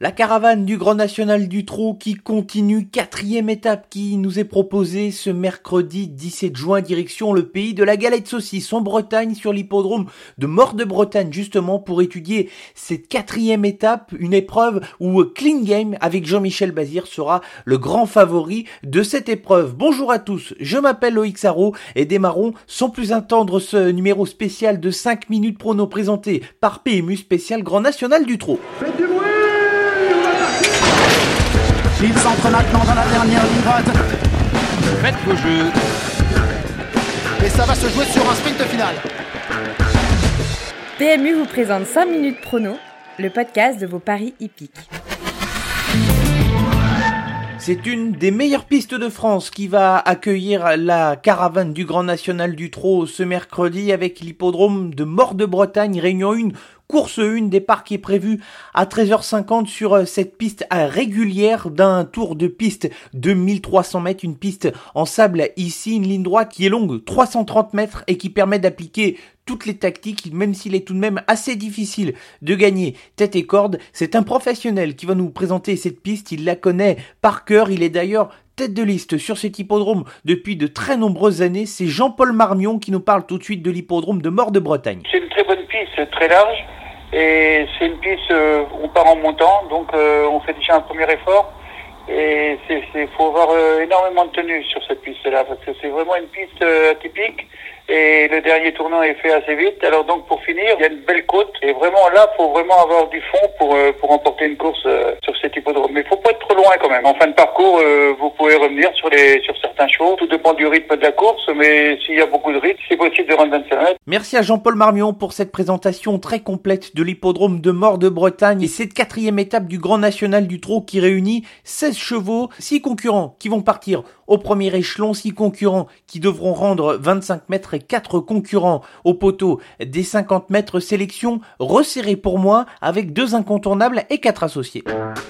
La caravane du Grand National du Trot qui continue, 4e étape qui nous est proposée ce mercredi 17 juin, direction le pays de la galette saucisse en Bretagne, sur l'hippodrome de Mort-de-Bretagne, justement pour étudier cette 4e étape, une épreuve où Clean Game avec Jean-Michel Bazir sera le grand favori de cette épreuve. Bonjour à tous, je m'appelle Loïc Sarro et démarrons sans plus attendre ce numéro spécial de 5 minutes prono présenté par PMU spécial Grand National du Trot. Faites du bruit! Ils entrent maintenant dans la dernière ligne droite. Faites vos jeux. Et ça va se jouer sur un sprint final. PMU vous présente 5 minutes prono, le podcast de vos paris hippiques. C'est une des meilleures pistes de France qui va accueillir la caravane du Grand National du Trot ce mercredi avec l'hippodrome de Mort-de-Bretagne, Réunion 1. Course 1, départ qui est prévu à 13h50 sur cette piste régulière d'un tour de piste de 1300 mètres, une piste en sable ici, une ligne droite qui est longue 330 mètres et qui permet d'appliquer toutes les tactiques, même s'il est tout de même assez difficile de gagner tête et corde. C'est un professionnel qui va nous présenter cette piste, il la connaît par cœur, il est d'ailleurs tête de liste sur cet hippodrome depuis de très nombreuses années. C'est Jean-Paul Marmion qui nous parle tout de suite de l'hippodrome de Mort-de-Bretagne. C'est une très bonne piste, très large. Et c'est une piste, on part en montant, donc on fait déjà un premier effort. Et faut avoir énormément de tenue sur cette piste-là, parce que c'est vraiment une piste atypique. Et le dernier tournant est fait assez vite. Alors donc pour finir, il y a une belle côte. Et vraiment là, faut vraiment avoir du fond pour remporter une course sur cet hippodrome. Mais il faut pas être trop loin quand même. En fin de parcours, vous pouvez revenir sur certains chevaux. Tout dépend du rythme de la course. Mais s'il y a beaucoup de rythme, c'est possible de rendre 25 mètres. Merci à Jean-Paul Marmion pour cette présentation très complète de l'hippodrome de Mort-de-Bretagne et cette 4e étape du Grand National du Trot qui réunit 16 chevaux, 6 concurrents qui vont partir au premier échelon, 6 concurrents qui devront rendre 25 mètres et 4 concurrents au poteau des 50 mètres. Sélection resserrée pour moi avec 2 incontournables et 4 associés.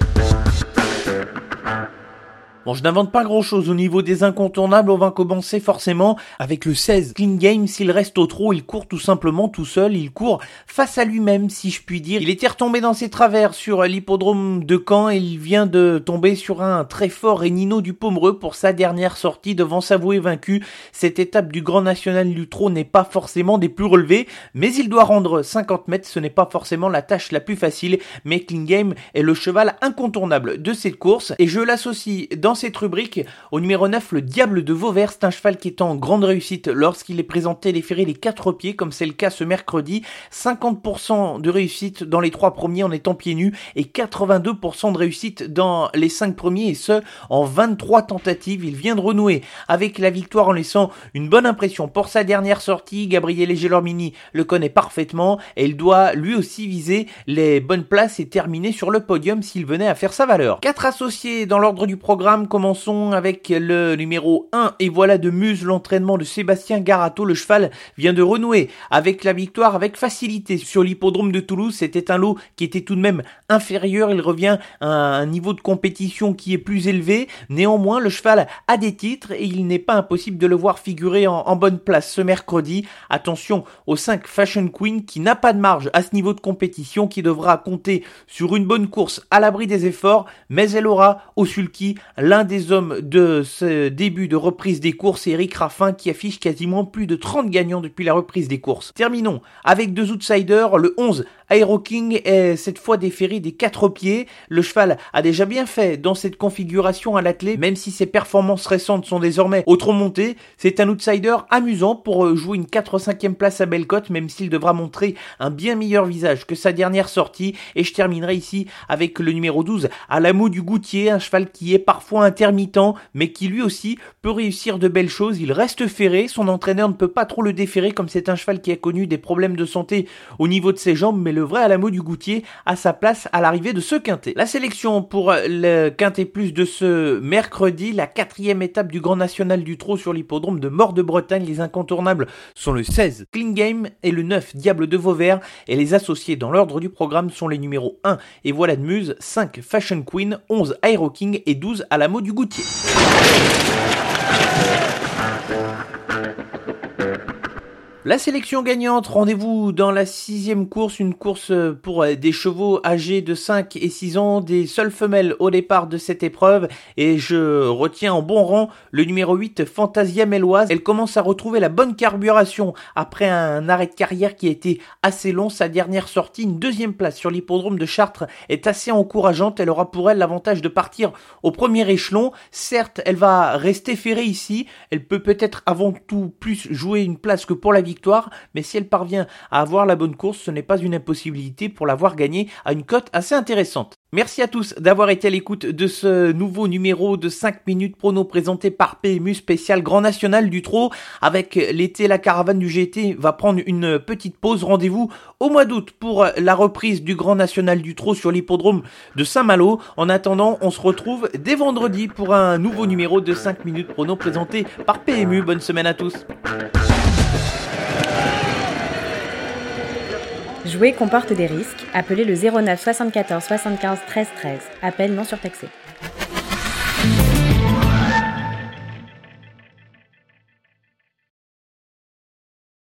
Bon, je n'invente pas grand-chose au niveau des incontournables. On va commencer forcément avec le 16. Clean Game, s'il reste au trot, il court tout simplement tout seul. Il court face à lui-même, si je puis dire. Il était retombé dans ses travers sur l'hippodrome de Caen et il vient de tomber sur un très fort Renino du Pomereux pour sa dernière sortie devant s'avouer vaincu. Cette étape du Grand National du Trot n'est pas forcément des plus relevées, mais il doit rendre 50 mètres. Ce n'est pas forcément la tâche la plus facile, mais Clean Game est le cheval incontournable de cette course et je l'associe dans cette rubrique au numéro 9, le Diable de Vauvert. C'est un cheval qui est en grande réussite lorsqu'il est présenté les ferrés les 4 pieds, comme c'est le cas ce mercredi. 50% de réussite dans les 3 premiers en étant pieds nus et 82% de réussite dans les 5 premiers, et ce en 23 tentatives. Il vient de renouer avec la victoire en laissant une bonne impression pour sa dernière sortie. Gabriele Gelormini le connaît parfaitement et il doit lui aussi viser les bonnes places et terminer sur le podium s'il venait à faire sa valeur. 4 associés dans l'ordre du programme. Commençons avec le numéro 1 et voilà de Muse, l'entraînement de Sébastien Garato. Le cheval vient de renouer avec la victoire avec facilité sur l'hippodrome de Toulouse. C'était un lot qui était tout de même inférieur. Il revient à un niveau de compétition qui est plus élevé. Néanmoins, le cheval a des titres et il n'est pas impossible de le voir figurer en bonne place ce mercredi. Attention au 5 Fashion Queen qui n'a pas de marge à ce niveau de compétition, qui devra compter sur une bonne course à l'abri des efforts, mais elle aura au sulky l'un des hommes de ce début de reprise des courses, Eric Raffin, qui affiche quasiment plus de 30 gagnants depuis la reprise des courses. Terminons avec 2 outsiders. Le 11 Aero King est cette fois déféré des 4 pieds. Le cheval a déjà bien fait dans cette configuration à l'attelé, même si ses performances récentes sont désormais au trop montées. C'est un outsider amusant pour jouer une 4-5e place à Bellecote, même s'il devra montrer un bien meilleur visage que sa dernière sortie. Et je terminerai ici avec le numéro 12 Alamo du Goutier, un cheval qui est parfois intermittent, mais qui lui aussi peut réussir de belles choses. Il reste ferré, son entraîneur ne peut pas trop le déférer, comme c'est un cheval qui a connu des problèmes de santé au niveau de ses jambes, mais le vrai Alamo du Goutier a sa place à l'arrivée de ce quintet. La sélection pour le quintet plus de ce mercredi, la 4e étape du Grand National du Trot sur l'hippodrome de Mort-de-Bretagne. Les incontournables sont le 16 Clean Game et le 9 Diable de Vauvert, et les associés dans l'ordre du programme sont les numéros 1 et voilà de Muse, 5 Fashion Queen, 11 Aero King et 12 Alamo du Goutier. La sélection gagnante, rendez-vous dans la 6e course, une course pour des chevaux âgés de 5 et 6 ans, des seules femelles au départ de cette épreuve, et je retiens en bon rang le numéro 8, Fantasia Méloise. Elle commence à retrouver la bonne carburation après un arrêt de carrière qui a été assez long. Sa dernière sortie, une 2e place sur l'hippodrome de Chartres, est assez encourageante. Elle aura pour elle l'avantage de partir au premier échelon. Certes, elle va rester ferrée ici, elle peut peut-être avant tout plus jouer une place que pour la victoire, mais si elle parvient à avoir la bonne course, ce n'est pas une impossibilité pour l'avoir gagnée à une cote assez intéressante. Merci à tous d'avoir été à l'écoute de ce nouveau numéro de 5 minutes prono présenté par PMU spécial Grand National du Trot. Avec l'été, la caravane du GT va prendre une petite pause. Rendez-vous au mois d'août pour la reprise du Grand National du Trot sur l'hippodrome de Saint-Malo. En attendant, on se retrouve dès vendredi pour un nouveau numéro de 5 minutes prono présenté par PMU. Bonne semaine à tous. Jouer comporte des risques. Appelez le 09 74 75 13 13. Appel non surtaxé.